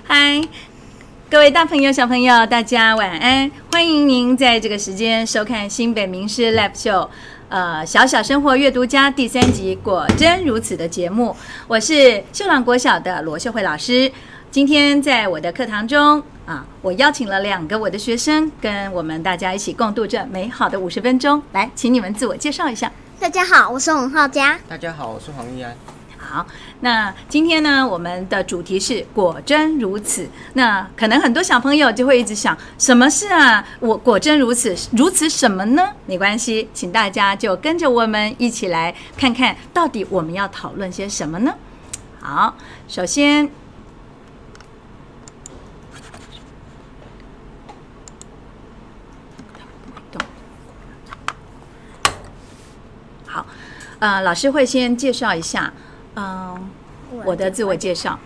嗨，各位大朋友、小朋友，大家晚安！欢迎您在这个时间收看新北名师 Live Show，小小生活阅读家第3集，果真如此的节目。我是秀朗国小的罗秀慧老师。今天在我的课堂中我邀请了2个我的学生，跟我们大家一起共度这美好的50分钟。来，请你们自我介绍一下。 大家好，我是洪浩佳。 大家好，我是黄义安。 好，那今天呢，我们的主题是果真如此。那可能很多小朋友就会一直想，什么事啊？我果真如此，如此什么呢？没关系，请大家就跟着我们一起来看看到底我们要讨论些什么呢？好，首先，好，老师会先介绍一下。我的自我介绍，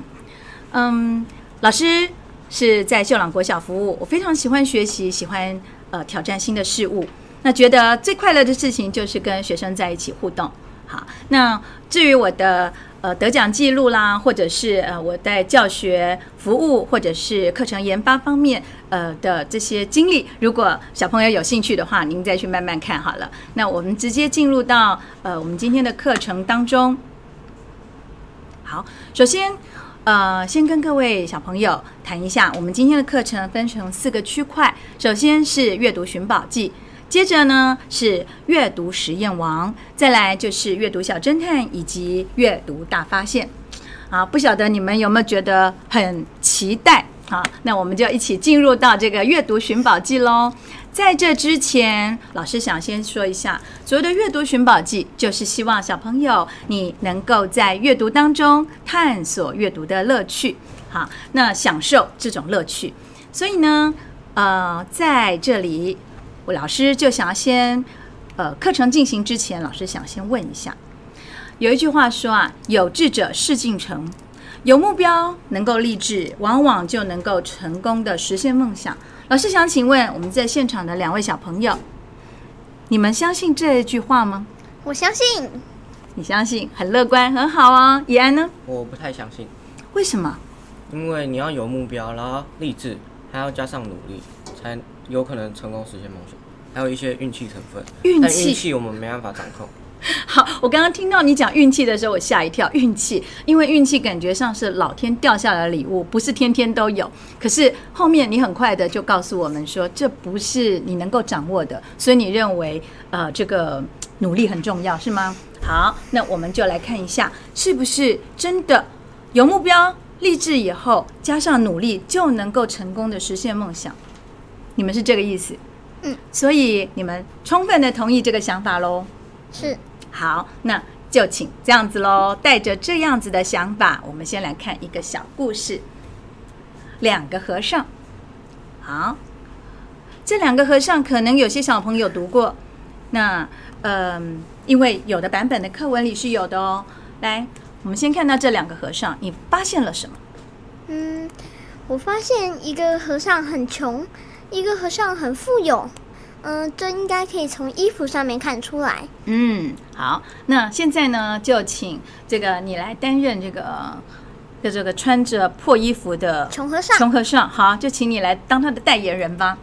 老师是在秀朗国小服务，我非常喜欢学习，喜欢挑战新的事物。那觉得最快乐的事情就是跟学生在一起互动。好，那至于我的得奖记录啦，或者是我在教学服务或者是课程研发方面的这些经历，如果小朋友有兴趣的话，您再去慢慢看好了。那我们直接进入到我们今天的课程当中。好，首先先跟各位小朋友谈一下，我们今天的课程分成4个区块。首先是阅读寻宝记，接着呢是阅读实验王，再来就是阅读小侦探以及阅读大发现。好，不晓得你们有没有觉得很期待？好，那我们就一起进入到这个阅读寻宝记咯。在这之前，老师想先说一下，所谓的阅读寻宝记，就是希望小朋友你能够在阅读当中探索阅读的乐趣，好，那享受这种乐趣。所以呢，在这里，我老师就想要先，课程进行之前，老师想先问一下，有一句话说有志者事竟成，有目标能够立志，往往就能够成功的实现梦想。老师想请问我们在现场的2位小朋友，你们相信这句话吗？ 我相信。 你相信，很乐观，很好啊。怡安呢？ 我不太相信。 为什么？ 因为你要有目标，然后励志，还要加上努力，才有可能成功实现梦想。还有一些运气成分，但运气我们没办法掌控。 好，我刚刚听到你讲运气的时候，我吓一跳。运气，因为运气感觉上是老天掉下来的礼物，不是天天都有。可是后面你很快的就告诉我们说，这不是你能够掌握的，所以你认为这个努力很重要，是吗？好，那我们就来看一下，是不是真的有目标、励志以后，加上努力就能够成功的实现梦想？你们是这个意思？所以你们充分的同意这个想法咯。 是。 好，那就请这样子咯，带着这样子的想法，我们先来看一个小故事。2个和尚。好，这2个和尚可能有些小朋友读过，那因为有的版本的课文里是有的哦。来，我们先看到这2个和尚，你发现了什么？ 我发现一个和尚很穷，一个和尚很富有。这应该可以从衣服上面看出来。 好，那现在呢，就请这个你来担任这个穿着破衣服的穷和尚。 穷和尚，好，就请你来当他的代言人吧。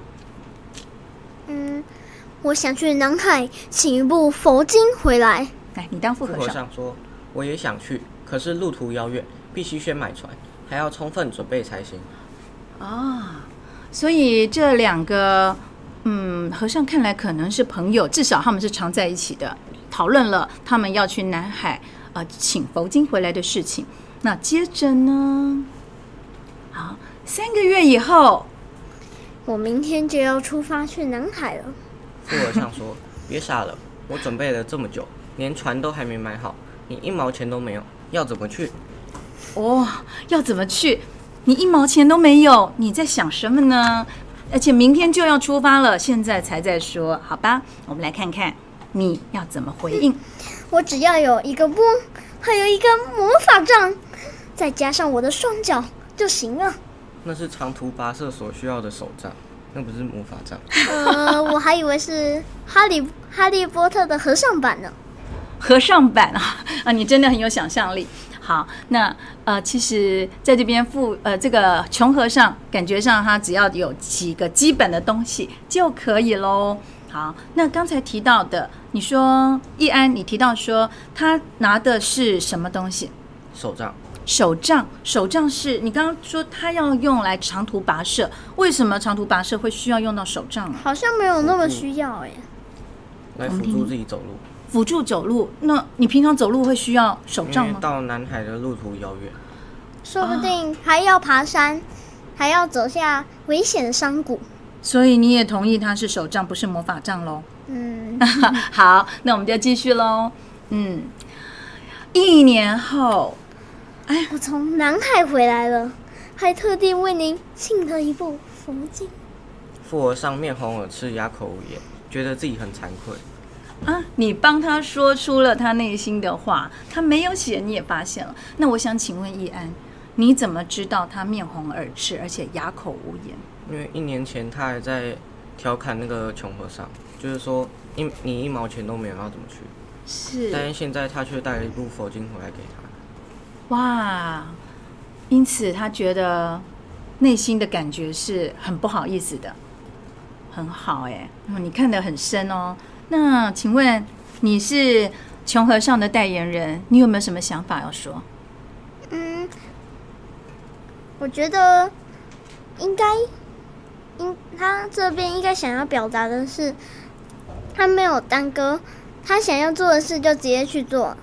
我想去南海请一部佛经回来。 来，你当副和尚。 和尚说：“我也想去，可是路途遥远，必须先买船，还要充分准备才行。” 所以这2个。和尚看来可能是朋友，至少他们是常在一起的，讨论了他们要去南海请佛经回来的事情。那接着呢？好，3个月以后， 我明天就要出发去南海了。 副和尚说：“别傻了，我准备了这么久，连船都还没买好，你1毛钱都没有，要怎么去？” 要怎么去？你1毛钱都没有，你在想什么呢？而且明天就要出发了，现在才在说，好吧？我们来看看你要怎么回应。 我只要有一个钵，还有一个魔法杖，再加上我的双脚就行了。 那是长途跋涉所需要的手杖，那不是魔法杖。 我还以为是哈利波特的和尚版呢。 和尚版你真的很有想象力。 好，那其实在这边这个穷和尚，感觉上他只要有几个基本的东西就可以咯。好，那刚才提到的，你说易安，你提到说他拿的是什么东西？ 手杖。 手杖是你刚刚说他要用来长途跋涉，为什么长途跋涉会需要用到手杖啊？ 好像没有那么需要哎。 来辅助自己走路。 辅助走路，那你平常走路会需要手杖吗？ 因为到南海的路途遥远， 说不定还要爬山，还要走下危险的山谷。 所以你也同意它是手杖，不是魔法杖咯？好，那我们就继续咯。1年后， 我从南海回来了，还特地为您请了一部佛经。 富和尚面红耳赤，哑口无言，觉得自己很惭愧。 你帮他说出了他内心的话，他没有写，你也发现了。那我想请问易安，你怎么知道他面红耳赤，而且哑口无言？ 因为1年前他还在调侃那个穷和尚，就是说你1毛钱都没有，要怎么去？ 是。 但是现在他却带了一部佛经回来给他。 哇！因此他觉得内心的感觉是很不好意思的。很好你看得很深哦。那请问你是穷和尚的代言人，你有没有什么想法要说？ 我觉得他这边应该想要表达的是，他没有耽搁，他想要做的事就直接去做。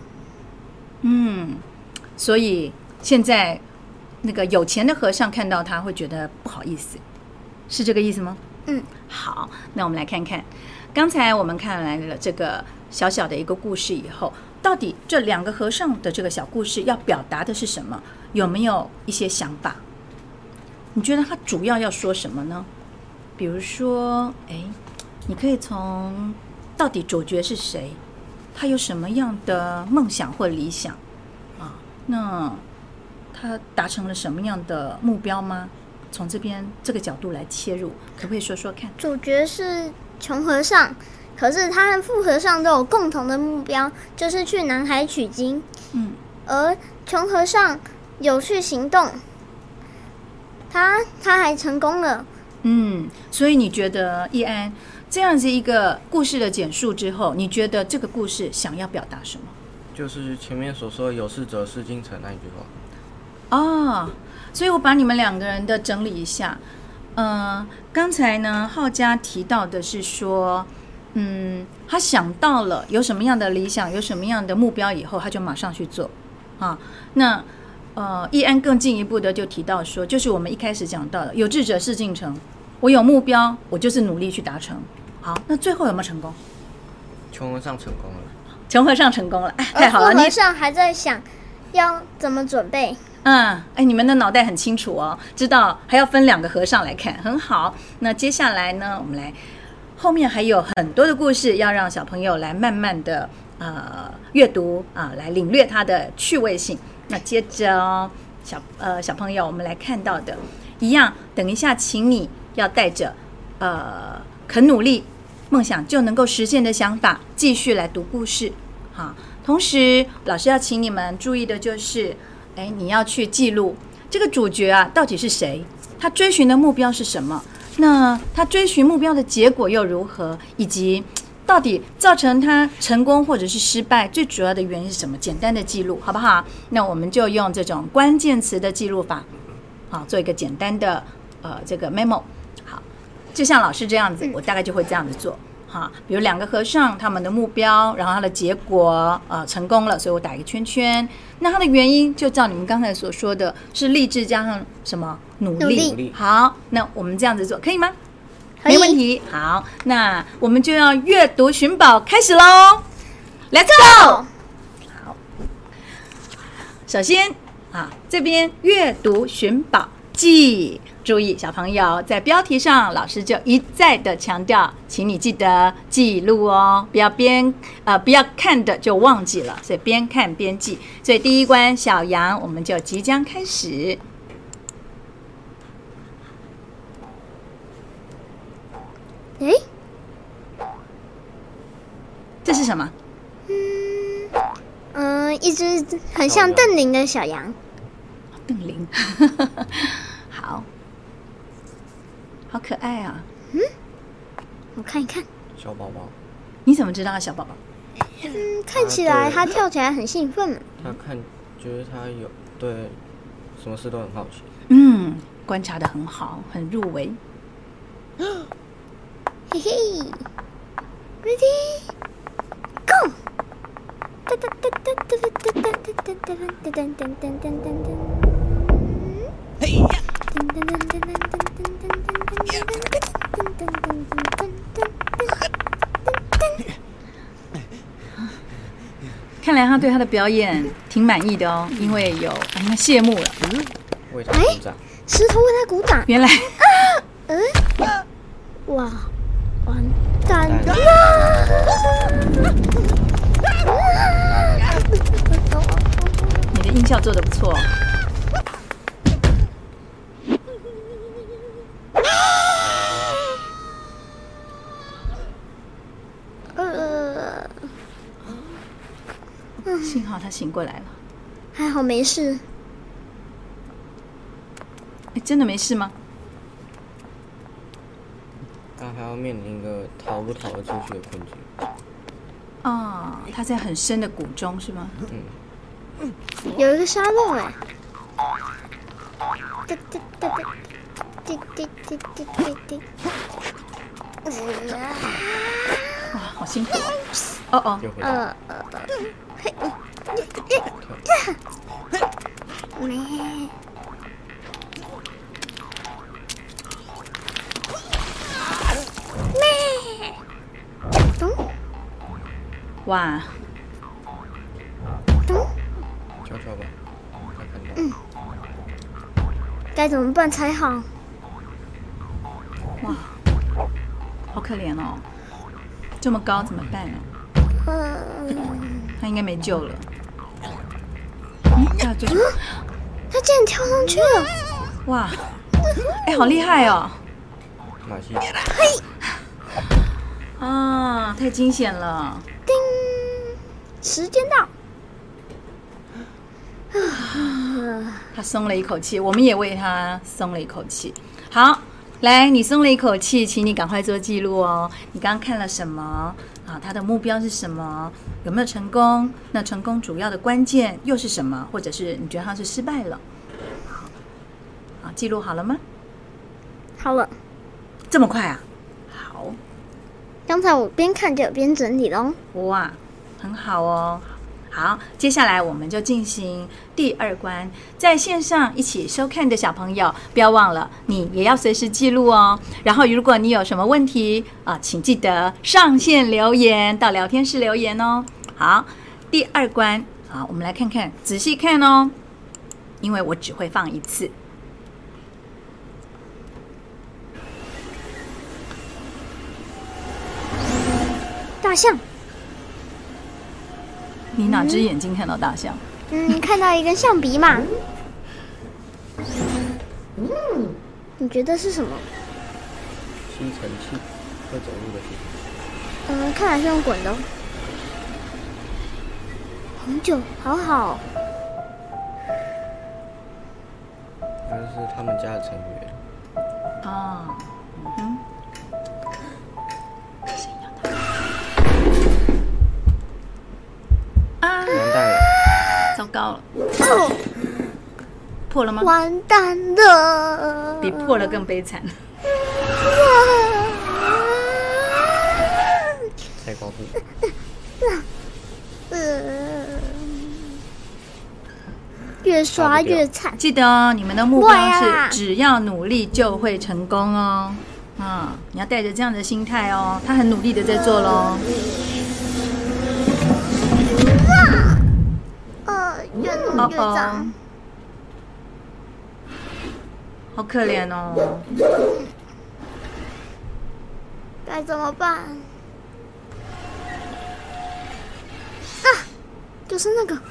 所以现在那个有钱的和尚看到他会觉得不好意思，是这个意思吗？好，那我们来看看，刚才我们看来了这个小小的一个故事以后，到底这2个和尚的这个小故事要表达的是什么？有没有一些想法？你觉得他主要要说什么呢？比如说，你可以从到底主角是谁，他有什么样的梦想或理想啊？那他达成了什么样的目标吗？从这个角度来切入，可不可以说说看？ 主角是穷和尚，可是他和富和尚都有共同的目标，就是去南海取经。而穷和尚有去行动，他还成功了。 所以你觉得易安这样子一个故事的简述之后，你觉得这个故事想要表达什么？ 就是前面所说的有事者事竟成那一句话。 所以我把你们2个人的整理一下。刚才呢，浩嘉提到的是说，他想到了有什么样的理想，有什么样的目标以后，他就马上去做。那易安更进一步的就提到说，就是我们一开始讲到的，有志者事竟成。我有目标，我就是努力去达成。好，那最后有没有成功？ 穷和尚成功了。 穷和尚成功了，太好了！ 富和尚还在想要怎么准备。 你们的脑袋很清楚哦，知道还要分2个和尚来看，很好。那接下来呢，我们来后面还有很多的故事要让小朋友来慢慢的阅读来领略它的趣味性。那接着小朋友，我们来看到的一样，等一下请你要带着肯努力，梦想就能够实现的想法，继续来读故事。同时老师要请你们注意的就是，你要去记录这个主角到底是谁，他追寻的目标是什么，那他追寻目标的结果又如何，以及到底造成他成功或者是失败最主要的原因是什么，简单的记录好不好？那我们就用这种关键词的记录法做一个简单的这个 memo。 好，就像老师这样子，我大概就会这样子做。比如2个和尚他们的目标，然后他的结果成功了，所以我打一个圈圈。那他的原因就照你们刚才所说的，是励志加上什么努力。好，那我们这样子做可以吗？没问题。好，那我们就要阅读寻宝开始咯。 Let's go。 好，首先这边阅读寻宝记，注意小朋友在标题上老师就一再的强调，请你记得记录哦，不要看的就忘记了，所以边看边记。所以第一关小羊我们就即将开始。 这是什么？ 一只很像邓林的小羊。 邓林，好可爱啊！ 我看一看。 小宝宝。 你怎么知道小宝宝？ 看起来他跳起来很兴奋。 他觉得他对什么事都很好奇。 观察得很好，很入围。 嘿嘿 ，Ready Go！ 嘿呀！ 看来他对他的表演挺满意的哦，因为有他谢幕了。 为他鼓掌。 石头为他鼓掌。 原来哇，完蛋了！ 你的音效做得不错。幸好他醒过来了。 还好没事。 真的没事吗？ 他还要面临一个逃不逃得出去的困境。 他在很深的谷中是吗？ 有一个沙漏哎。 哇，好辛苦哦！ 嘿， 哇！ 悄悄吧，他看到。 该怎么办才好？ 哇，好可怜哦！这么高怎么办呢？他应该没救了。他竟然跳上去了！ 哇，好厉害哦！ 马戏。 嘿！ 太惊险了！ 叮，时间到。 他松了一口气，我们也为他松了一口气。好，来，你松了一口气，请你赶快做记录哦。你刚刚看了什么？他的目标是什么？有没有成功？那成功主要的关键又是什么？或者是你觉得他是失败了？好，记录好了吗？ 好了。 这么快啊？好。 刚才我边看就边整理咯。 哇，很好哦。好，接下来我们就进行第2关。在线上一起收看的小朋友，不要忘了，你也要随时记录哦。然后，如果你有什么问题请记得上线留言到聊天室留言哦。好，第2关，好，我们来看看，仔细看哦，因为我只会放一次。 大象。 你哪只眼睛看到大象？ 看到一根象鼻嘛。你觉得是什么？ 吸尘器，会走路的吸尘器。 看来是用滚的。红酒，好好。 那是他们家的成员。完蛋了！ 糟糕了！破了吗？ 完蛋了！ 比破了更悲惨。 太高兴。 越刷越惨。 记得哦，你们的目标是只要努力就会成功哦。你要带着这样的心态哦。他很努力的在做咯。 越弄越脏。 好可怜哦。 该怎么办？就是那个。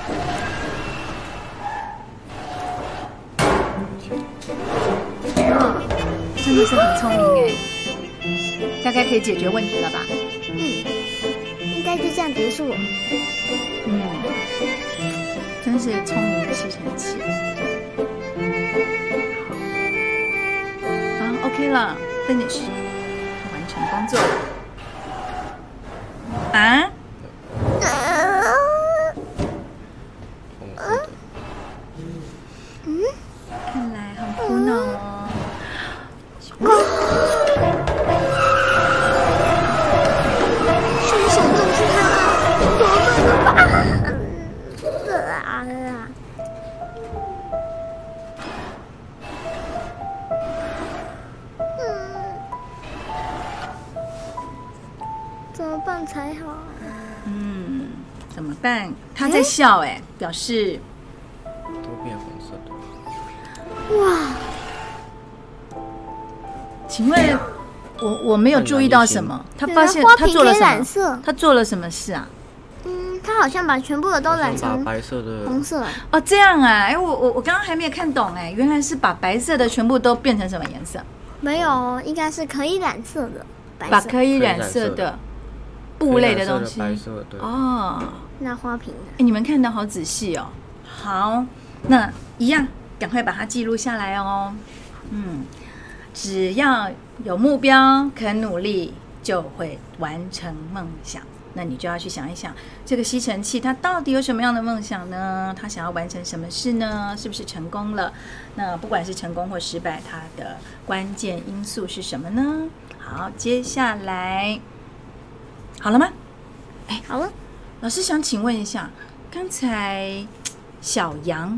真的是很聪明哎，大概可以解决问题了吧？ 应该就这样结束了。 真是聪明的吸尘器。好 ，OK 了 ，finish， 完成工作了。啊？看来很苦恼哦。 凶手就是他，过分了吧？怎么办才好？ 怎么办？他在笑表示都变红色的。 哇！ 请问我没有注意到什么？他发现他做了什么？他做了什么事啊？ 他好像把全部的都染成白色的红色。 哦，这样啊！我刚刚还没有看懂原来是把白色的全部都变成什么颜色？ 没有，应该是可以染色的白色。 把可以染色的布类的东西。 白色的哦。 那花瓶呢？ 你们看得好仔细哦。好，那一样，赶快把它记录下来哦。只要有目标，肯努力，就会完成梦想。那你就要去想一想，这个吸尘器它到底有什么样的梦想呢？它想要完成什么事呢？是不是成功了？那不管是成功或失败，它的关键因素是什么呢？好，接下来好了吗？ 好了。 老师想请问一下，刚才小杨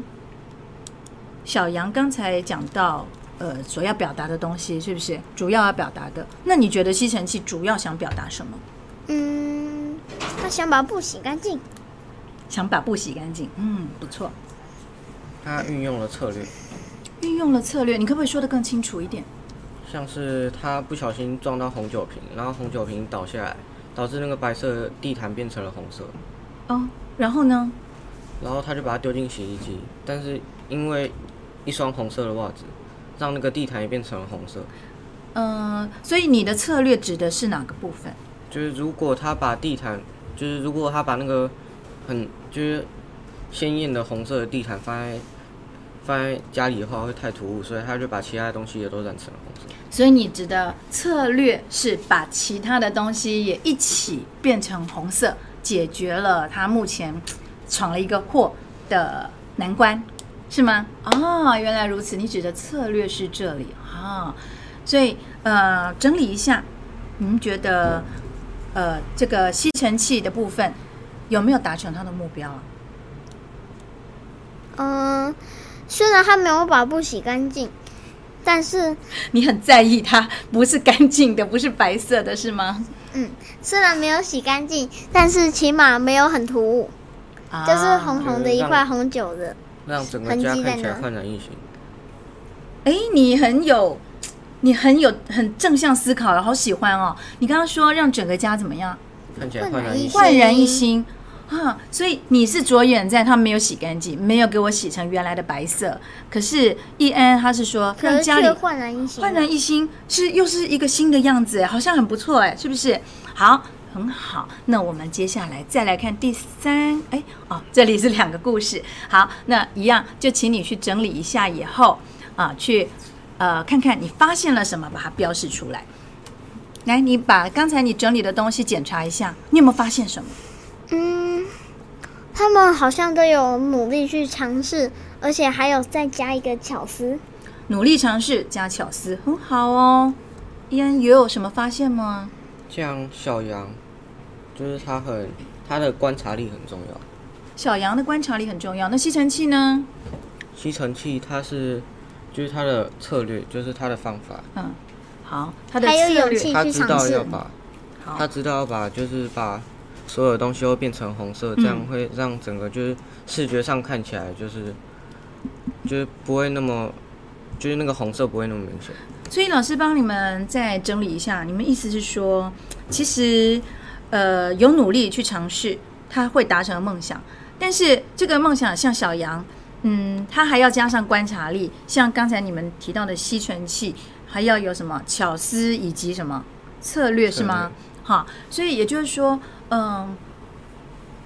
刚才讲到所要表达的东西，是不是主要要表达的？那你觉得吸尘器主要想表达什么？ 他想把布洗干净。 想把布洗干净，不错。 他运用了策略。 你可不可以说得更清楚一点？ 像是他不小心撞到红酒瓶，然后红酒瓶倒下来，导致那个白色地毯变成了红色。 然后呢？ 然后他就把它丢进洗衣机，但是因为一双红色的袜子，让那个地毯也变成了红色。 所以你的策略指的是哪个部分？ 就是如果他把地毯，就是如果他把那个就是鲜艳的红色的地毯放在家里的话，会太突兀，所以他就把其他的东西也都染成了红色。 所以你指的策略是把其他的东西也一起变成红色，解决了他目前闯了一个祸的难关，是吗？原来如此，你指的策略是这里所以整理一下，你们觉得这个吸尘器的部分有没有达成它的目标虽然他没有把布洗干净，但是你很在意它不是干净的，不是白色的，是吗？ 虽然没有洗干净，但是起码没有很突兀，就是红红的一块红酒的， 让整个家看起来焕然一新。 你很正向思考了，好喜欢哦！你刚刚说让整个家怎么样？ 看起来焕然一新所以你是着眼在他没有洗干净，没有给我洗成原来的白色。可是易安他是说让家里焕然一新， 又是一个新的样子，好像很不错是不是？好，很好。那我们接下来再来看第三，这里是2个故事。好，那一样就请你去整理一下以后去看看你发现了什么，把它标示出来。来，你把刚才你整理的东西检查一下，你有没有发现什么？ 他们好像都有努力去尝试，而且还有再加一个巧思。 努力尝试加巧思，很好哦。伊安也有什么发现吗？ 像小杨，就是他的观察力很重要。 小杨的观察力很重要。那吸尘器呢？ 吸尘器就是他的策略，就是他的方法。 好，他的策略， 他知道要把就是把所有的东西都变成红色，这样会让整个就是视觉上看起来就是不会那么，就是那个红色不会那么明显。 所以老师帮你们再整理一下，你们意思是说，其实有努力去尝试，他会达成梦想，但是这个梦想像小杨，他还要加上观察力，像刚才你们提到的吸尘器，还要有什么巧思以及什么策略是吗？好，所以也就是说，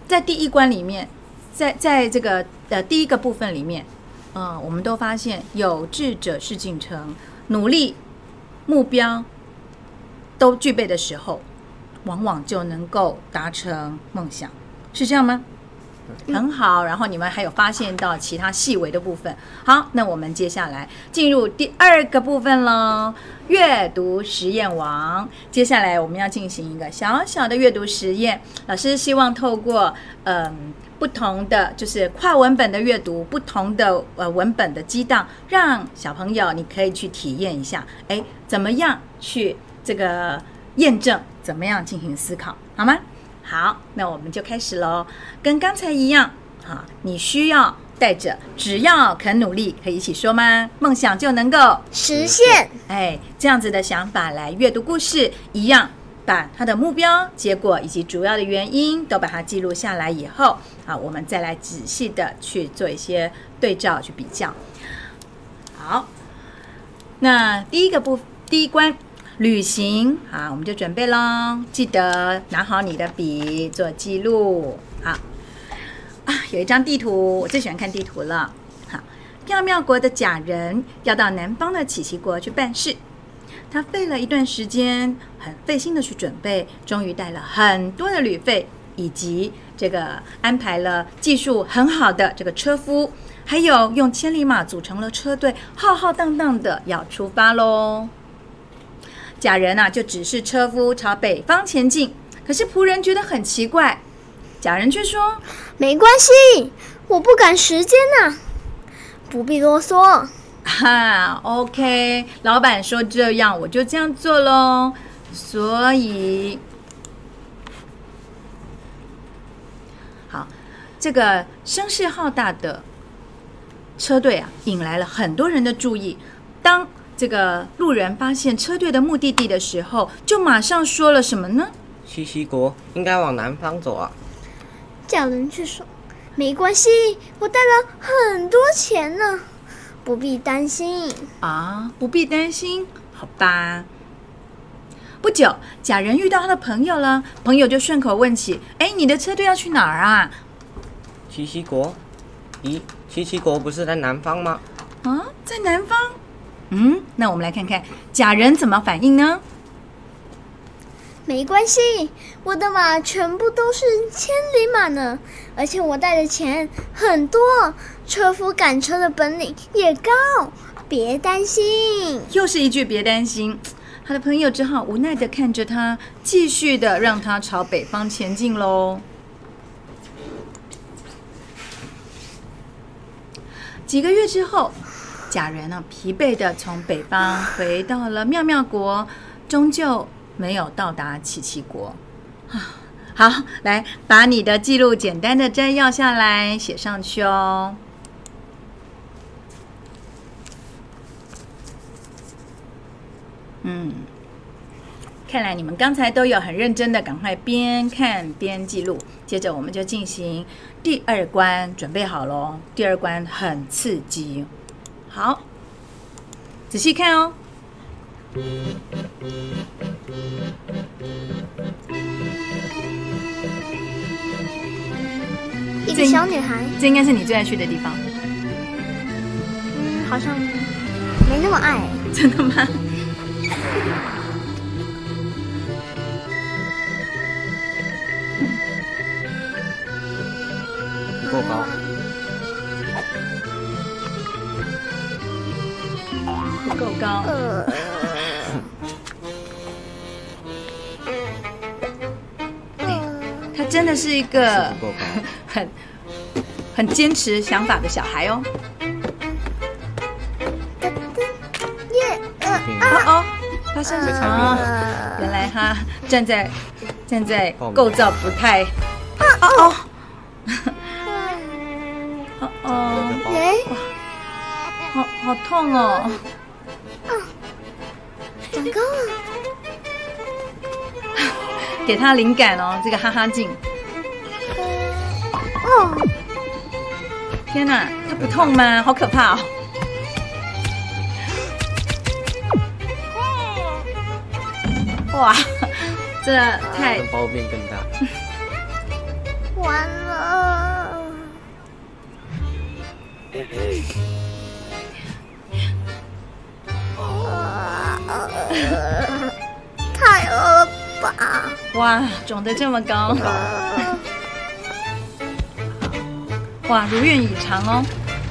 在第一关里面，在这个第一个部分里面，我们都发现有志者事竟成，努力目标都具备的时候，往往就能够达成梦想，是这样吗？很好，然后你们还有发现到其他细微的部分。好，那我们接下来进入第二个部分咯，阅读实验王。接下来我们要进行一个小小的阅读实验，老师希望透过不同的就是跨文本的阅读，不同的文本的激荡，让小朋友你可以去体验一下，怎么样去这个验证，怎么样进行思考，好吗？好，那我们就开始咯，跟刚才一样，你需要带着只要肯努力，可以一起说吗？梦想就能够实现。 这样子的想法来阅读故事，一样把它的目标、结果以及主要的原因都把它记录下来以后，我们再来仔细的去做一些对照，去比较。好，那第一关。旅行，好，我们就准备咯，记得拿好你的笔做记录。好有一张地图，我最喜欢看地图了。好，妙妙国的假人要到南方的奇奇国去办事，他费了一段时间，很费心的去准备，终于带了很多的旅费，以及这个安排了技术很好的这个车夫，还有用千里马组成了车队，浩浩荡荡的要出发咯。假人就只是车夫朝北方前进，可是仆人觉得很奇怪，假人却说：“ 没关系，我不赶时间不必啰嗦。 ”OK， 老板说这样，我就这样做咯。所以，好，这个声势浩大的车队引来了很多人的注意。当这个路人发现车队的目的地的时候，就马上说了什么呢？ 奇奇国应该往南方走啊。 假人却说：“没关系，我带了很多钱呢，不必担心。” 不必担心，好吧。不久，假人遇到他的朋友了，朋友就顺口问起：“你的车队要去哪儿啊？” 奇奇国？咦，奇奇国不是在南方吗？ 在南方。那我们来看看假人怎么反应呢？ 没关系，我的马全部都是千里马呢，而且我带的钱很多，车夫赶车的本领也高，别担心。 又是一句别担心，他的朋友只好无奈的看着他，继续的让他朝北方前进咯。几个月之后，假人疲惫的从北方回到了妙妙国，终究没有到达奇奇国。好，来把你的记录简单的摘要下来，写上去哦。看来你们刚才都有很认真的，赶快边看边记录。接着我们就进行第二关，准备好咯。第二关很刺激。好，仔细看哦。 一个小女孩， 这应该是你最爱去的地方。 好像没那么爱。 真的吗？ 不够高。 不够高。他真的是一个不够高很坚持想法的小孩哦。发生什么？原来他站在构造不太好痛哦！ 长高了， 给他灵感哦，这个哈哈镜。天哪，它不痛吗？好可怕哦！哇，这太包变更大。 完了。太饿了吧！ 哇，肿得这么高，哇，如愿以偿哦。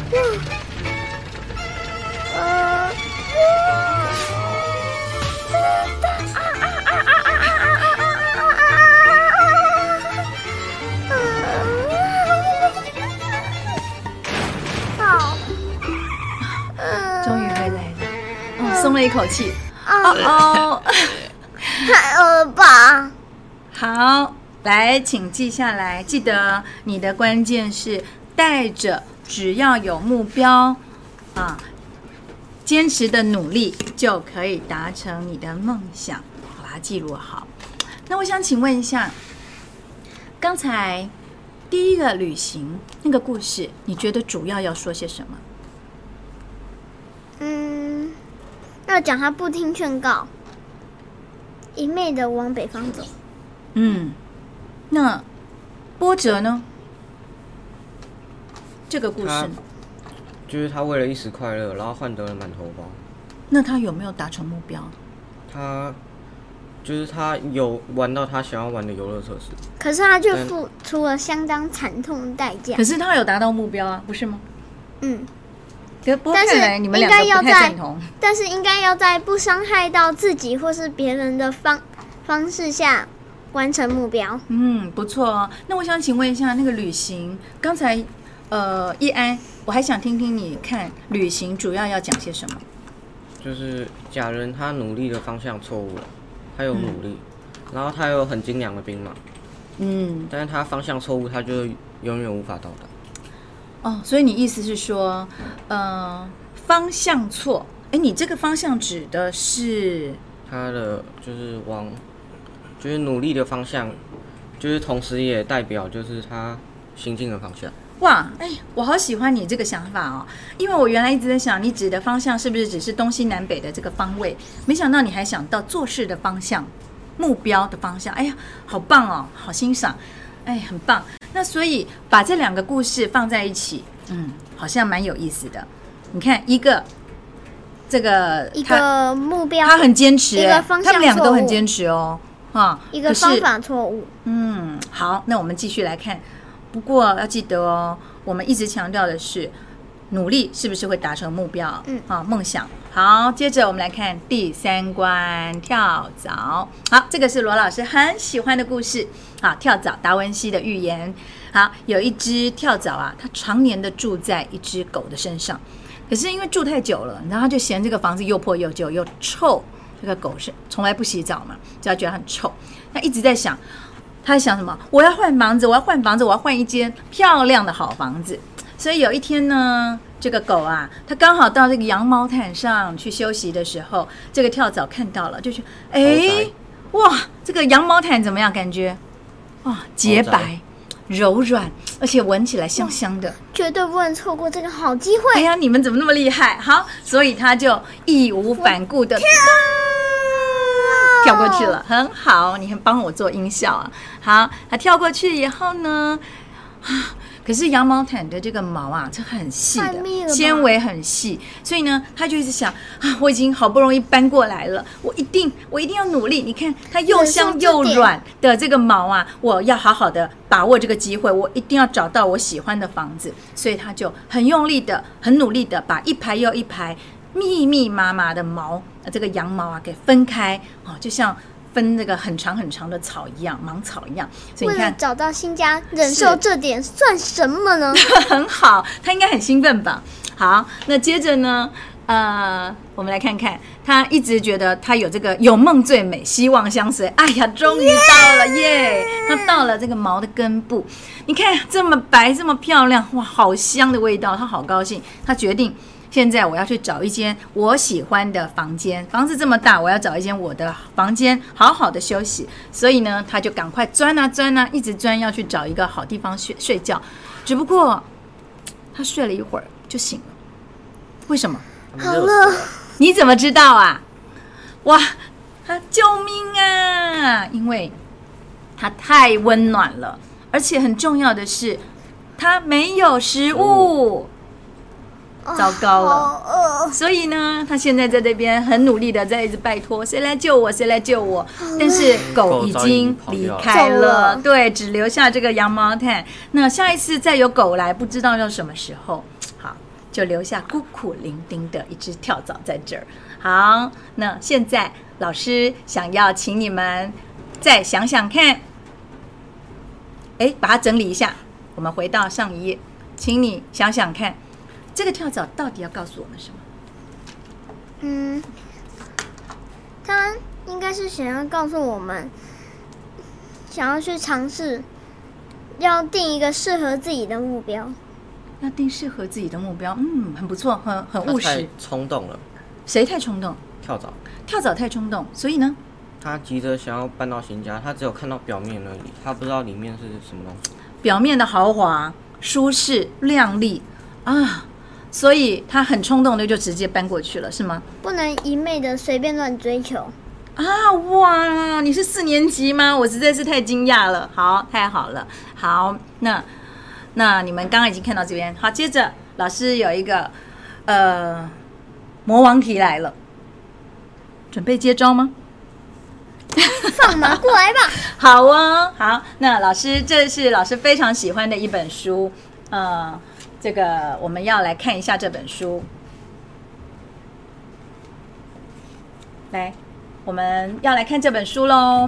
终于回来了，松了一口气。哦， 太饿了吧！ 好，来，请记下来，记得你的关键是带着只要有目标啊，坚持的努力就可以达成你的梦想，把它记录好。那我想请问一下，刚才第一个旅行那个故事，你觉得主要要说些什么？ 要讲他不听劝告，一昧的往北方走。 那波折呢？这个故事就是他为了一时快乐，然后换得了满头包。 那他有没有达成目标？ 他有玩到他想要玩的游乐设施， 可是他就付出了相当惨痛的代价。 可是他有达到目标啊，不是吗？ 但是你们两个不太赞同。 但是应该要在不伤害到自己或是别人的方式下完成目标。 不错哦。那我想请问一下，那个旅行，刚才易安，我还想听听你看旅行主要要讲些什么。 就是假人他努力的方向错误了，他有努力，然后他有很精良的兵马，但是他方向错误，他就永远无法到达。 所以你意思是说，方向错？你这个方向指的是他的就是努力的方向，就是同时也代表就是他行进的方向。 哇，我好喜欢你这个想法哦，因为我原来一直在想，你指的方向是不是只是东西南北的这个方位？没想到你还想到做事的方向、目标的方向。好棒哦，好欣赏，很棒。那所以把这两个故事放在一起，好像蛮有意思的。你看，一个目标， 他很坚持， 一个方向错误， 他们两个都很坚持哦， 一个方法错误。 好，那我们继续来看。不过要记得哦，我们一直强调的是努力是不是会达成目标？梦想。好，接着我们来看第3关跳蚤。好，这个是罗老师很喜欢的故事。好，跳蚤达文西的寓言。好，有一只跳蚤啊，它常年的住在一只狗的身上，可是因为住太久了，然后他就嫌这个房子又破又旧又臭。这个狗是从来不洗澡嘛，就觉得很臭。他一直在想，他在想什么？我要换房子，我要换房子，我要换一间漂亮的好房子。所以有一天呢，这个狗啊，它刚好到这个羊毛毯上去休息的时候，这个跳蚤看到了，就觉得哇，这个羊毛毯怎么样？感觉哇，洁白、柔软，而且闻起来香香的， 绝对不能错过这个好机会。 你们怎么那么厉害？好，所以他就义无反顾的跳过去了，很好，你还帮我做音效啊。好，他跳过去以后呢，可是羊毛毯的这个毛啊，这很细的，纤维很细，所以呢，他就一直想我已经好不容易搬过来了，我一定要努力。你看它又香又软的这个毛啊，我要好好的把握这个机会，我一定要找到我喜欢的房子。所以他就很用力的、很努力的把一排又一排密密麻麻的毛，这个羊毛啊给分开，就像分那个很长很长的草一样，芒草一样。所以你看， 为了找到新家，忍受这点算什么呢？ 很好，他应该很兴奋吧？好，那接着呢，我们来看看，他一直觉得他有这个有梦最美，希望相随。终于到了耶！他到了这个毛的根部，你看这么白，这么漂亮，哇，好香的味道，他好高兴。他决定，现在我要去找一间我喜欢的房间，房子这么大，我要找一间我的房间，好好的休息。所以呢，他就赶快钻啊钻啊，一直钻，要去找一个好地方睡觉。只不过他睡了一会儿就醒了，为什么？ 好了， 你怎么知道啊？哇，他救命啊！因为它太温暖了， 而且很重要的是，他没有食物。糟糕了，所以呢，他现在在这边很努力的在一直拜托，谁来救我，谁来救我。但是狗已经离开了，对，只留下这个羊毛毯。那下一次再有狗来，不知道要什么时候。好，就留下孤苦伶仃的一只跳蚤在这儿。好，那现在老师想要请你们再想想看，把它整理一下。我们回到上一页，请你想想看。这个跳蚤到底要告诉我们什么？ 他应该是想要告诉我们，想要去尝试，要定一个适合自己的目标。 要定适合自己的目标，很不错，很务实。 他太冲动了。 谁太冲动？ 跳蚤。 跳蚤太冲动，所以呢？ 他急着想要搬到新家，他只有看到表面而已，他不知道里面是什么东西。 表面的豪华、舒适、亮丽啊！所以他很冲动的就直接搬过去了，是吗？ 不能一昧的随便乱追求啊！哇，你是4年级吗？我实在是太惊讶了。好，太好了。好，那你们刚刚已经看到这边。好，接着老师有一个魔王题来了，准备接招吗？ 放马过来吧。 好哦，好。那老师，这是老师非常喜欢的一本书，这个我们要来看一下这本书。来，我们要来看这本书咯。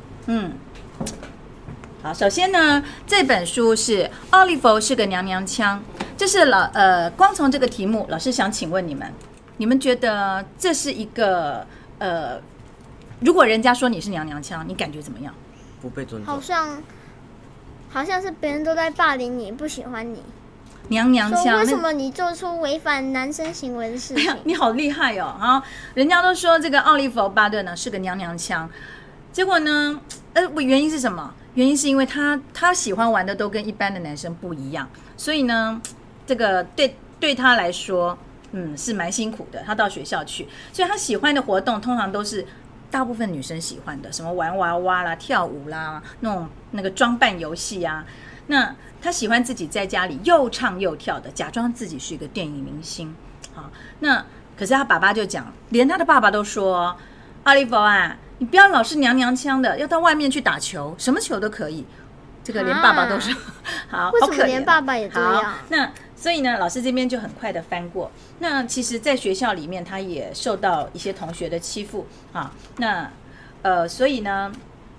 好，首先呢，这本书是奥利弗是个娘娘腔。这是光从这个题目，老师想请问你们觉得这是一个如果人家说你是娘娘腔，你感觉怎么样？ 不被尊重。 好像是别人都在霸凌你，不喜欢你。 娘娘腔， 为什么你做出违反男生行为的事情？ 你好厉害哦！啊，人家都说这个奥利弗·巴顿呢是个娘娘腔，结果呢，原因是什么？原因是因为他喜欢玩的都跟一般的男生不一样，所以呢，这个对他来说，是蛮辛苦的。他到学校去，所以他喜欢的活动通常都是大部分女生喜欢的，什么玩娃娃啦、跳舞啦、那个装扮游戏啊。那他喜欢自己在家里又唱又跳的，假装自己是一个电影明星。好，那可是他爸爸就讲，连他的爸爸都说，奥利弗啊，你不要老是娘娘腔的，要到外面去打球，什么球都可以。这个连爸爸都说，好， 为什么连爸爸也这样？ 那所以呢，老师这边就很快的翻过。那其实，在学校里面，他也受到一些同学的欺负啊。那所以呢，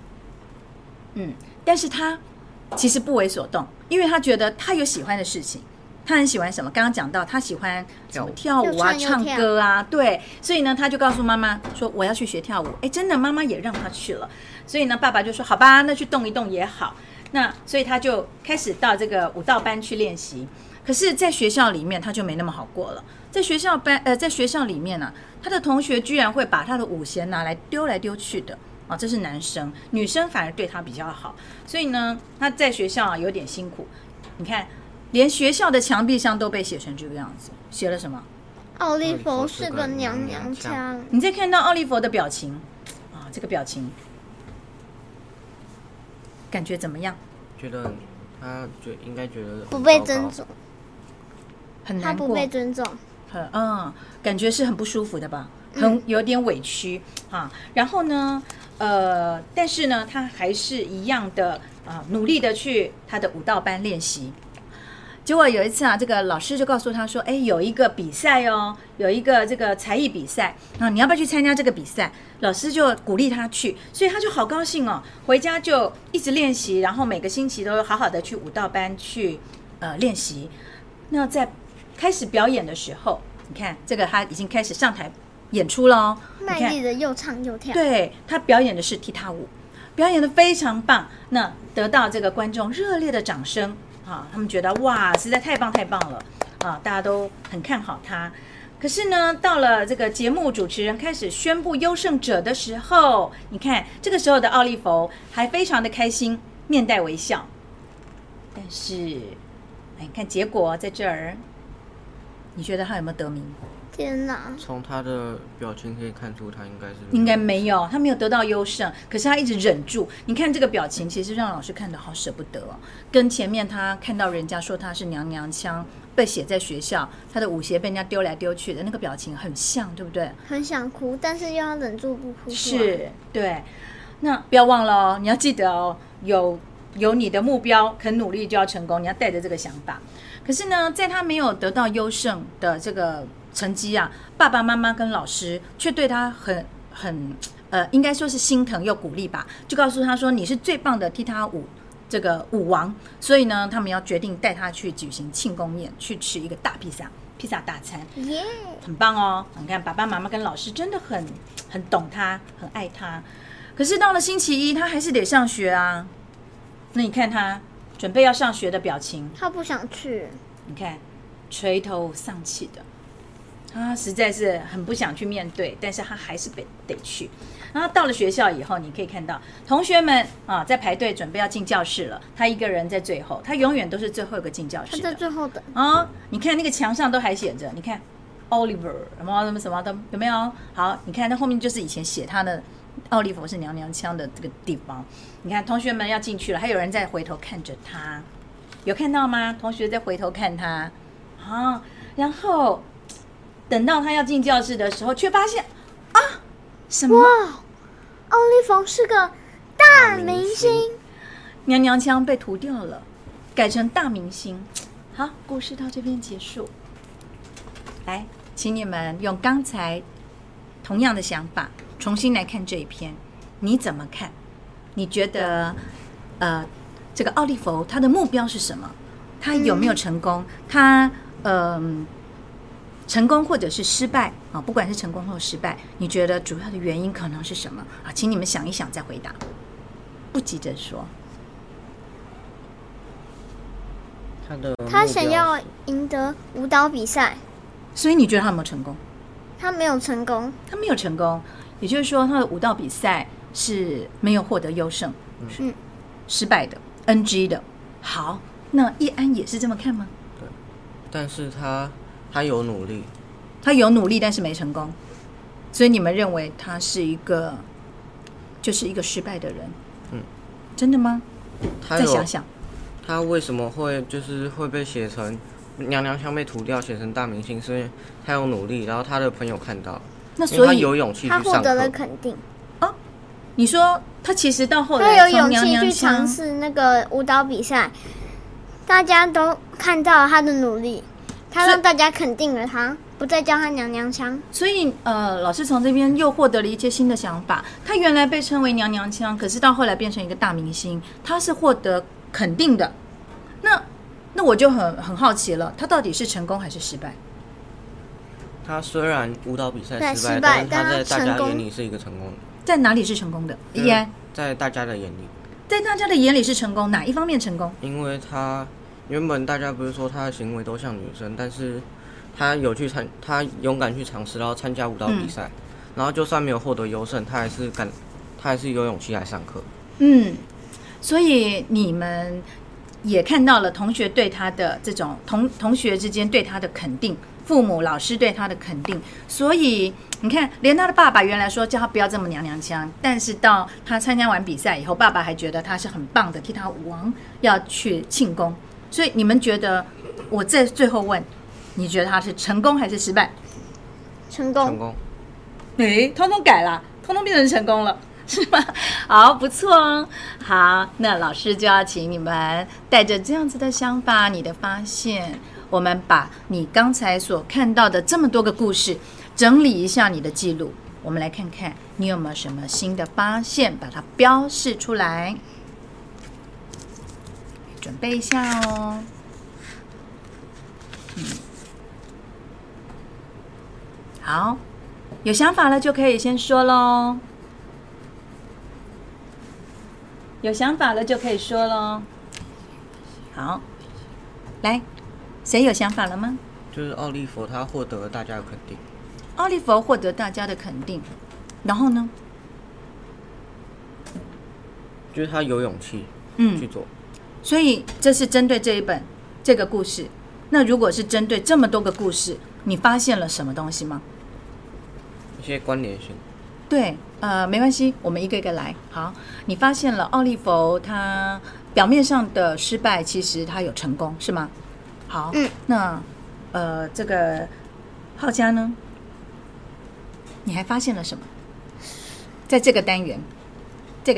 但是他其实不为所动，因为他觉得他有喜欢的事情。他很喜欢什么？刚刚讲到他喜欢什么跳舞啊、唱歌啊，对，所以呢，他就告诉妈妈说我要去学跳舞。真的，妈妈也让他去了。所以呢，爸爸就说好吧，那去动一动也好。那所以他就开始到这个舞蹈班去练习。可是，在学校里面他就没那么好过了。在学校里面呢，他的同学居然会把他的舞鞋拿来丢来丢去的。这是男生，女生反而对他比较好。所以呢，他在学校有点辛苦。你看。连学校的墙壁上都被写成这个样子，写了什么？ 奥利弗是个娘娘腔。 你再看到奥利弗的表情啊，这个表情感觉怎么样？ 觉得他应该觉得不被尊重， 很难过。 他不被尊重， 感觉是很不舒服的吧？有点委屈啊。然后呢，但是呢，他还是一样的努力的去他的舞蹈班练习。结果有一次这个老师就告诉他说，有一个比赛哦，有一个这个才艺比赛你要不要去参加这个比赛？老师就鼓励他去，所以他就好高兴哦，回家就一直练习，然后每个星期都好好的去舞蹈班去练习。那在开始表演的时候，你看这个他已经开始上台演出了哦， 卖力的又唱又跳。 对，他表演的是踢踏舞，表演的非常棒，那得到这个观众热烈的掌声。他们觉得哇，实在太棒了大家都很看好他。可是呢，到了这个节目主持人开始宣布优胜者的时候，你看这个时候的奥利弗还非常的开心，面带微笑。但是，看结果在这儿，你觉得他有没有得名？ 天哪！ 从他的表情可以看出，他应该没有，他没有得到优胜，可是他一直忍住。你看这个表情，其实让老师看得好舍不得哦。跟前面他看到人家说他是娘娘腔，被写在学校，他的舞鞋被人家丢来丢去的那个表情很像，对不对？ 很想哭，但是又要忍住不哭。 是，对。那不要忘了哦，你要记得哦，有你的目标，肯努力就要成功，你要带着这个想法。可是呢，在他没有得到优胜的这个成绩啊，爸爸妈妈跟老师却对他很应该说是心疼又鼓励吧，就告诉他说你是最棒的踢踏舞这个舞王，所以呢，他们要决定带他去举行庆功宴，去吃一个大披萨大餐，很棒哦。你看爸爸妈妈跟老师真的很懂他，很爱他。可是到了星期一，他还是得上学啊。那你看他准备要上学的表情， 他不想去。 你看垂头丧气的，他实在是很不想去面对，但是他还是得去。然后到了学校以后，你可以看到同学们啊在排队准备要进教室了，他一个人在最后，他永远都是最后一个进教室的。 他在最后等啊！你看那个墙上都还写着，你看 Oliver 什么的，有没有？好，你看他后面就是以前写他的奥利弗是娘娘腔的这个地方。你看同学们要进去了，还有人在回头看着他，有看到吗？同学在回头看他啊，然后等到他要进教室的时候，却发现啊，什么？ 哇，奥利弗是个大明星， 娘娘腔被涂掉了，改成大明星。好，故事到这边结束。来，请你们用刚才同样的想法重新来看这一篇，你怎么看？你觉得这个奥利弗他的目标是什么？他有没有成功？他成功或者是失败啊？不管是成功或失败，你觉得主要的原因可能是什么啊？请你们想一想再回答，不急着说。 他想要赢得舞蹈比赛， 所以你觉得他有没有成功？ 他没有成功。 他没有成功，也就是说他的舞蹈比赛是没有获得优胜，失败的 NG 的。好，那易安也是这么看吗？ 对，但是他有努力， 他有努力，但是没成功，所以你们认为他是一个就是一个失败的人？真的吗？再想想， 他为什么会被写成娘娘腔被涂掉，写成大明星？是因为他有努力，然后他的朋友看到， 那所以他有勇气去上课， 他获得了肯定。 哦，你说他其实到后来他有勇气去尝试那个舞蹈比赛，大家都看到他的努力，他让大家肯定了他，不再叫他娘娘腔。 所以老师从这边又获得了一些新的想法。他原来被称为娘娘腔，可是到后来变成一个大明星，他是获得肯定的。那我就很好奇了，他到底是成功还是失败？ 他虽然舞蹈比赛失败，但是他在大家眼里是一个成功的。 在哪里是成功的？ 在大家的眼里。 在大家的眼里是成功，哪一方面成功？ 因为他原本大家不是说他的行为都像女生，但是他勇敢去尝试，然后参加舞蹈比赛，然后就算没有获得优胜，他还是有勇气来上课。 所以你们也看到了同学对他的这种同学之间对他的肯定，父母老师对他的肯定。所以你看，连他的爸爸原来说叫他不要这么娘娘腔，但是到他参加完比赛以后，爸爸还觉得他是很棒的踢踏舞王，要去庆功。所以你们觉得，我在最后问，你觉得他是成功还是失败？ 成功。 成功。 通通改了，通通变成成功了。是吗？好，不错哦。好，那老师就要请你们带着这样子的想法，你的发现，我们把你刚才所看到的这么多个故事整理一下你的记录，我们来看看你有没有什么新的发现，把它标示出来。准备一下哦。好，有想法了就可以先说咯。有想法了就可以说咯。好，来，谁有想法了吗？ 就是奥利弗他获得了大家的肯定。 奥利弗获得大家的肯定，然后呢？ 就是他有勇气去做。 所以这是针对这个故事。那如果是针对这么多个故事， 你发现了什么东西吗？ 一些关联性。 对，没关系，我们一个一个来。好，你发现了奥利弗他表面上的失败，其实他有成功，是吗？好，那这个浩嘉呢？你还发现了什么？在这个单元，第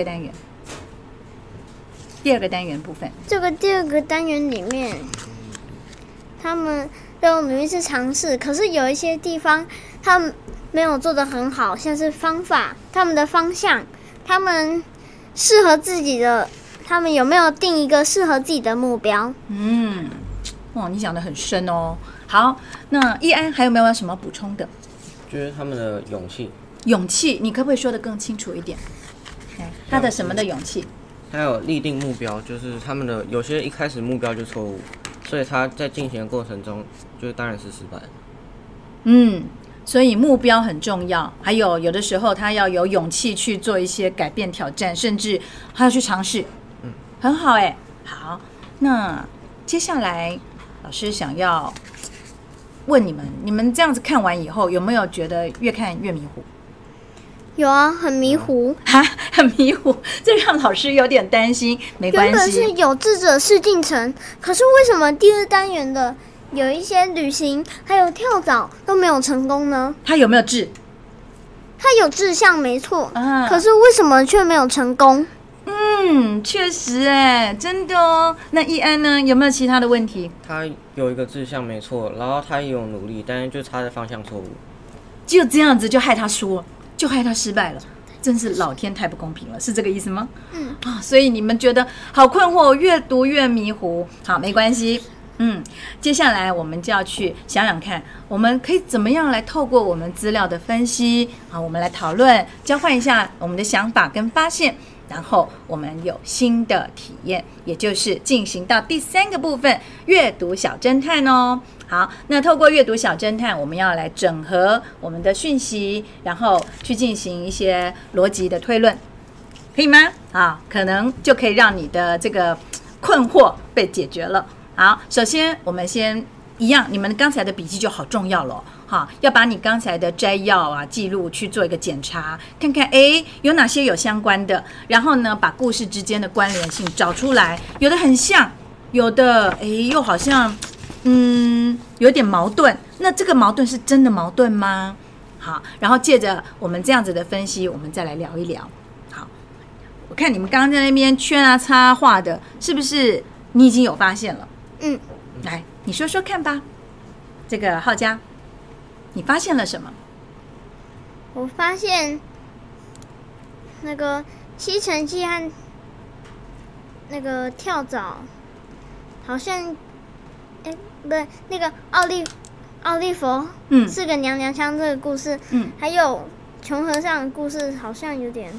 二个单元部分， 这个第二个单元里面，他们都努力去尝试，可是有一些地方他们没有做得很好，像是方法、他们的方向、他们适合自己的，他们有没有定一个适合自己的目标？ 哇，你讲得很深哦。好，那易安还有没有什么补充的？ 就是他们的勇气。 勇气，你可不可以说得更清楚一点？他的什么的勇气？ 还有立定目标，就是他们的有些一开始目标就错误，所以他在进行的过程中，就当然是失败。 所以目标很重要，还有的时候他要有勇气去做一些改变、挑战，甚至还要去尝试。很好哎。好，那接下来老师想要问你们这样子看完以后，有没有觉得越看越迷糊？ 有啊，很迷糊很迷糊，这让老师有点担心。没关系， 原本是有志者事竟成，可是为什么第二单元的有一些旅行还有跳蚤都没有成功呢？ 他有没有志？ 他有志向没错，可是为什么却没有成功？ 确实真的哦。那易安呢？有没有其他的问题？ 他有一个志向没错，然后他也有努力，但是就差的方向错误， 就这样子就害他输了，就害他失败了。真是老天太不公平了，是这个意思吗？所以你们觉得好困惑，越读越迷糊。好，没关系。接下来我们就要去想想看，我们可以怎么样来透过我们资料的分析，我们来讨论，交换一下我们的想法跟发现，然后我们有新的体验，也就是进行到第3个部分，阅读小侦探哦。好，那透过阅读小侦探，我们要来整合我们的讯息，然后去进行一些逻辑的推论，可以吗？可能就可以让你的这个困惑被解决了。好，首先我们先一样，你们刚才的笔记就好重要了。要把你刚才的摘要记录去做一个检查，看看有哪些有相关的，然后呢把故事之间的关联性找出来，有的很像，有的又好像有点矛盾，那这个矛盾是真的矛盾吗？好，然后借着我们这样子的分析，我们再来聊一聊。好，我看你们刚刚在那边圈插画的，是不是你已经有发现了？来，你说说看吧。这个浩嘉，你发现了什么？ 我发现那个吸尘器和那个跳蚤好像，不对，那个奥利弗是个娘娘腔这个故事，还有穷和尚的故事好像有点，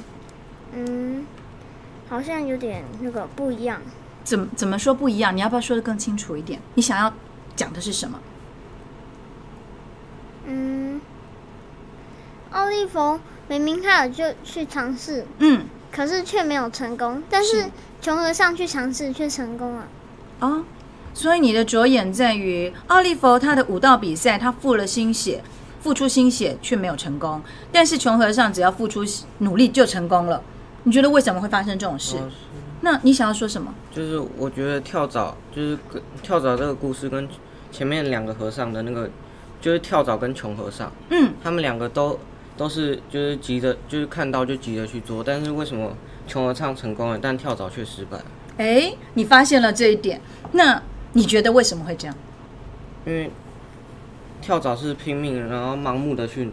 好像有点那个不一样。 怎么说不一样？你要不要说得更清楚一点？你想要讲的是什么？ 奥利弗明明他有就去尝试，可是却没有成功，但是穷和尚去尝试却成功了。 所以你的着眼在于奥利弗他的武道比赛，他付出心血却没有成功，但是穷和尚只要付出努力就成功了。你觉得为什么会发生这种事？那你想要说什么？ 就是我觉得跳蚤这个故事跟前面2个和尚的那个，就是跳蚤跟穷和尚，他们2个都是就是急着，就是看到就急着去做，但是为什么穷和尚成功了，但跳蚤却失败？ 你发现了这一点，那你觉得为什么会这样？ 因为跳蚤是拼命，然后盲目的去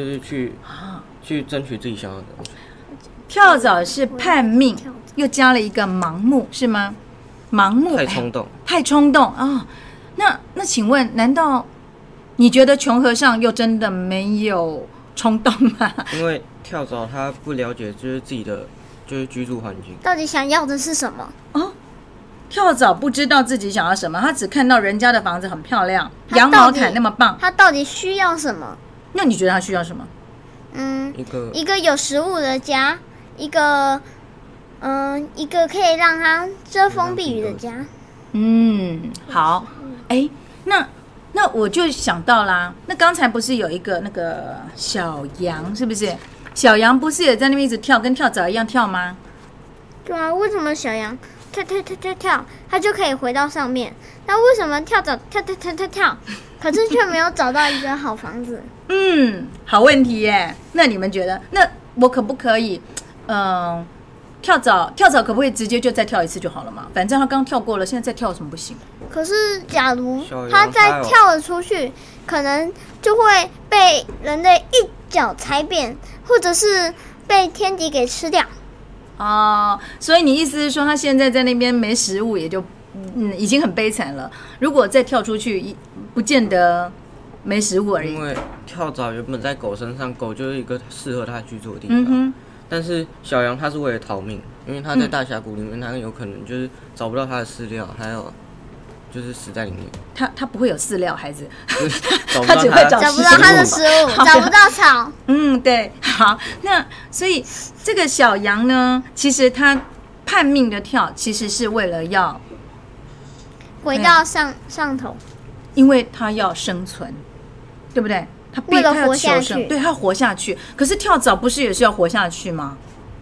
争取自己想要的东西。 跳蚤是叛命，又加了一个盲目，是吗？盲目太冲动啊！那请问，难道你觉得穷和尚又真的没有冲动吗？ 因为跳蚤他不了解就是自己的就是居住环境， 到底想要的是什么？ 跳蚤不知道自己想要什么，他只看到人家的房子很漂亮，羊毛毯那么棒， 他到底需要什么？ 那你觉得他需要什么？ 一个有食物的家，一个可以让他遮风避雨的家。 好，那那我就想到啦，那刚才不是有一个那个小羊，是不是？小羊不是也在那边一直跳，跟跳蚤一样跳吗？ 对啊，为什么小羊跳，它就可以回到上面？那为什么跳蚤跳，可是却没有找到一个好房子？ 好问题耶。那你们觉得，那我可不可以，跳蚤可不可以直接就再跳一次就好了嘛？反正他刚跳过了，现在再跳有什么不行？ 可是假如他再跳了出去，可能就会被人类一脚踩扁，或者是被天敌给吃掉。 所以你意思是说，他现在在那边没食物，也就已经很悲惨了。如果再跳出去，不见得没食物而已。 因为跳蚤原本在狗身上，狗就是一个适合它居住的地方。但是小羊它是为了逃命，因为它在大峡谷里面，它有可能就是找不到它的饲料，还有就是死在里面。 它不会有饲料，孩子， 它只会找不到它的食物，找不到草。 对，好，那所以这个小羊呢，其实它叛命的跳，其实是为了要回到上头， 因为它要生存，对不对？ 为了活下去， 对，他活下去。可是跳蚤不是也是要活下去吗？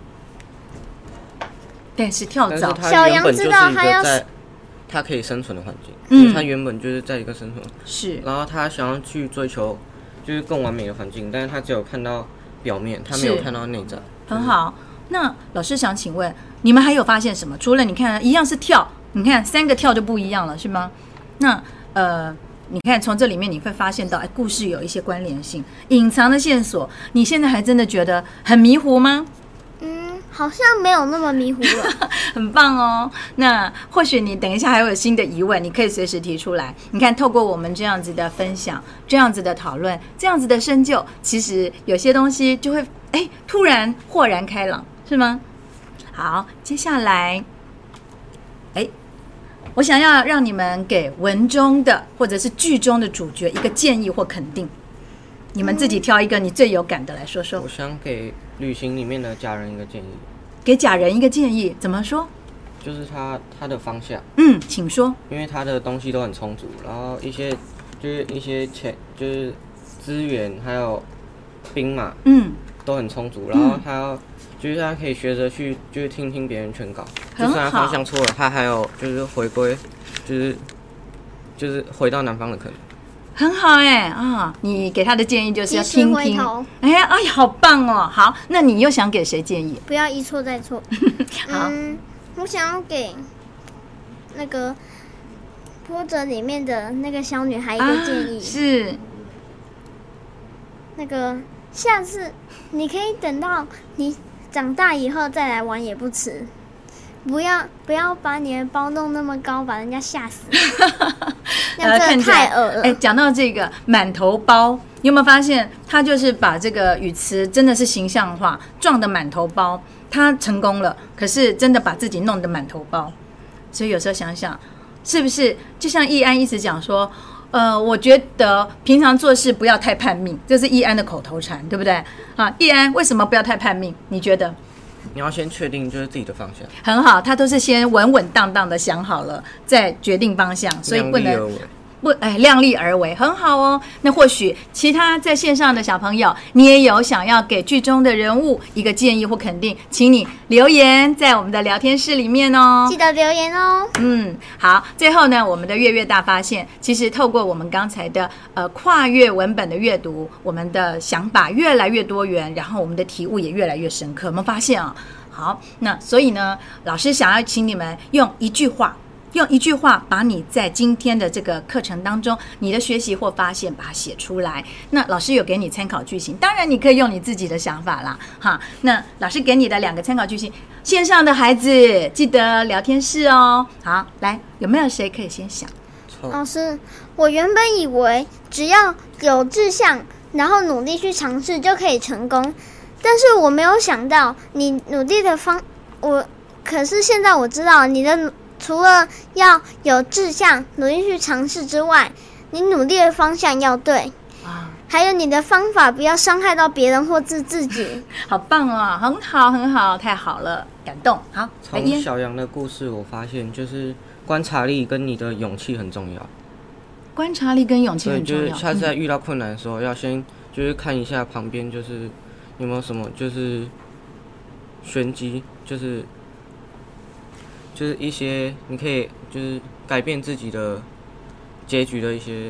对，是跳蚤。 小羊知道它可以生存的环境，因为它原本就是在一个生存。 是。 然后它想要去追求就是更完美的环境，但是它只有看到表面，它没有看到内在。 很好。那老师想请问，你们还有发现什么？除了你看一样是跳，你看3个跳就不一样了，是吗？那你看，从这里面你会发现到，故事有一些关联性，隐藏的线索。你现在还真的觉得很迷糊吗？ 好像没有那么迷糊了。 很棒哦。那或许你等一下还有新的疑问，你可以随时提出来。你看，透过我们这样子的分享，这样子的讨论，这样子的深究，其实有些东西就会突然豁然开朗，是吗？好，接下来我想要让你们给文中的或者是剧中的主角一个建议或肯定，你们自己挑一个你最有感的来说说。 我想给旅行里面的家人一个建议。 给家人一个建议，怎么说？ 就是他的方向。 请说。 因为他的东西都很充足，然后一些钱，就是资源还有兵马，都很充足，然后就是他可以学着去，就是听听别人劝告，就算他方向错了，他还有就是回归，就是回到南方的可能。 很好你给他的建议就是要听听。好棒哦！好，那你又想给谁建议？ 不要一错再错。 好， 我想要给那个波折里面的那个小女孩一个建议， 是那个下次你可以等到你长大以后再来玩也不迟，不要把你的包弄那么高，把人家吓死。那真的太恶了。 讲到这个满头包，你有没有发现他就是把这个语词真的是形象化，撞得满头包，他成功了，可是真的把自己弄得满头包。所以有时候想想，是不是就像易安一直讲说，我觉得平常做事不要太叛命，这是易安的口头禅，对不对？易安为什么不要太叛命？你觉得？ 你要先确定就是自己的方向。 很好，他都是先稳稳当当的想好了，再决定方向，所以不能量力而为，很好哦。那或许其他在线上的小朋友，你也有想要给剧中的人物一个建议或肯定，请你留言在我们的聊天室里面哦， 记得留言哦。 好，最后呢，我们的月大发现，其实透过我们刚才的跨越文本的阅读，我们的想法越来越多元，然后我们的体悟也越来越深刻。有没有发现啊？好，那所以呢，老师想要请你们用一句话把你在今天的这个课程当中你的学习或发现把它写出来。那老师有给你参考句型，当然你可以用你自己的想法啦那老师给你的2个参考句型，线上的孩子记得聊天室哦。好，来，有没有谁可以先想？ 老师，我原本以为只要有志向，然后努力去尝试就可以成功，但是我没有想到你努力的可是现在我知道你的除了要有志向努力去尝试之外，你努力的方向要对，还有你的方法不要伤害到别人或自己。 好棒哦，很好很好，太好了，感动。好， 从小羊的故事我发现就是观察力跟你的勇气很重要。 观察力跟勇气对， 很重要。 就是下次在遇到困难的时候，要先就是看一下旁边就是有没有什么就是玄机，就是一些你可以就是改变自己的结局的一些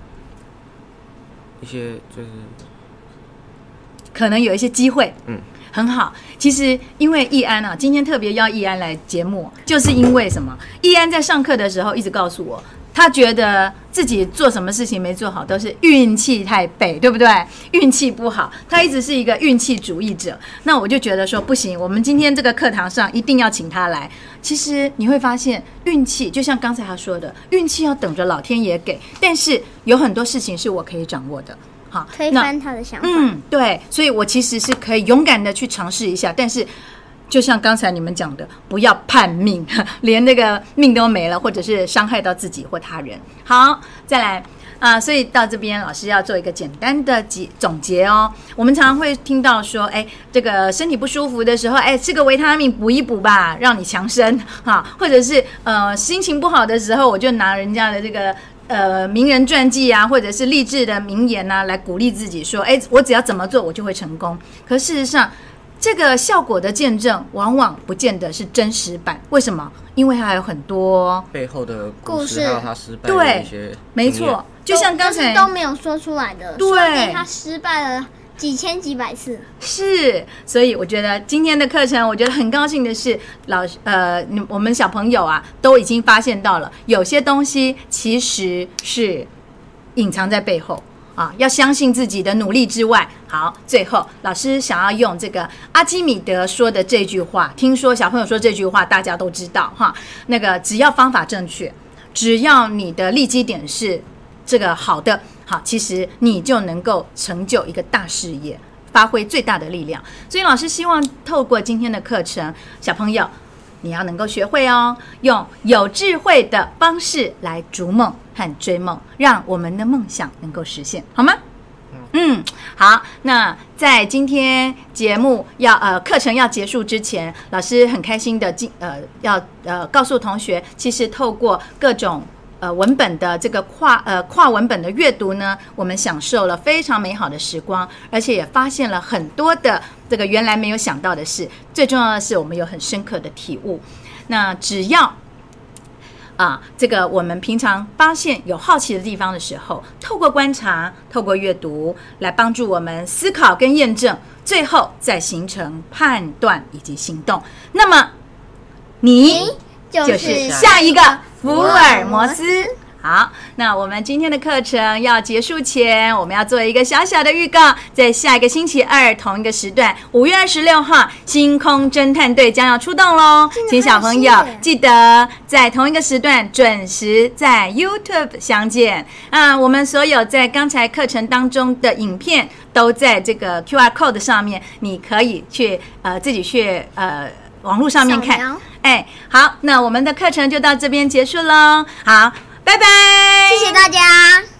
就是可能有一些机会，很好。其实因为易安啊，今天特别邀易安来节目，就是因为什么？易安在上课的时候一直告诉我，他觉得自己做什么事情没做好都是运气太背，对不对？运气不好，他一直是一个运气主义者。那我就觉得说不行，我们今天这个课堂上一定要请他来。其实你会发现，运气就像刚才他说的，运气要等着老天爷给，但是有很多事情是我可以掌握的。好， 推翻他的想法。 对，所以我其实是可以勇敢的去尝试一下，但是就像刚才你们讲的，不要叛命，连那个命都没了，或者是伤害到自己或他人。好，再来所以到这边老师要做一个简单的总结哦。我们常常会听到说，这个身体不舒服的时候，吃个维他命补一补吧，让你强身或者是心情不好的时候，我就拿人家的这个名人传记啊，或者是励志的名言啊，来鼓励自己说，我只要怎么做，我就会成功。可事实上，这个效果的见证往往不见得是真实版。为什么？因为它还有很多背后的故事，还有他失败的一些， 没错，就像刚才都没有说出来的， 对， 说不定他失败了几千几百次。 是，所以我觉得今天的课程，我觉得很高兴的是，我们小朋友啊，都已经发现到了，有些东西其实是隐藏在背后。要相信自己的努力之外，好，最后老师想要用这个阿基米德说的这句话，听说小朋友说这句话大家都知道那个只要方法正确，只要你的立基点是这个好的，好，其实你就能够成就一个大事业，发挥最大的力量。所以老师希望透过今天的课程，小朋友你要能够学会用有智慧的方式来逐梦和追梦，让我们的梦想能够实现，好吗？好。那在今天节目课程要结束之前，老师很开心的要告诉同学，其实透过各种文本的这个跨文本的阅读呢，我们享受了非常美好的时光，而且也发现了很多的这个原来没有想到的事。最重要的是，我们有很深刻的体悟。那只要这个我们平常发现有好奇的地方的时候，透过观察，透过阅读来帮助我们思考跟验证，最后再形成判断以及行动。那么你就是下一个福尔摩斯。好，那我们今天的课程要结束前，我们要做一个小小的预告，在下一个星期二同一个时段，5月26号，星空侦探队将要出动咯，请小朋友记得在同一个时段准时在 YouTube 相见。我们所有在刚才课程当中的影片都在这个 QR Code 上面，你可以去自己去网络上面看。好，那我们的课程就到这边结束咯。好，拜拜， 谢谢大家。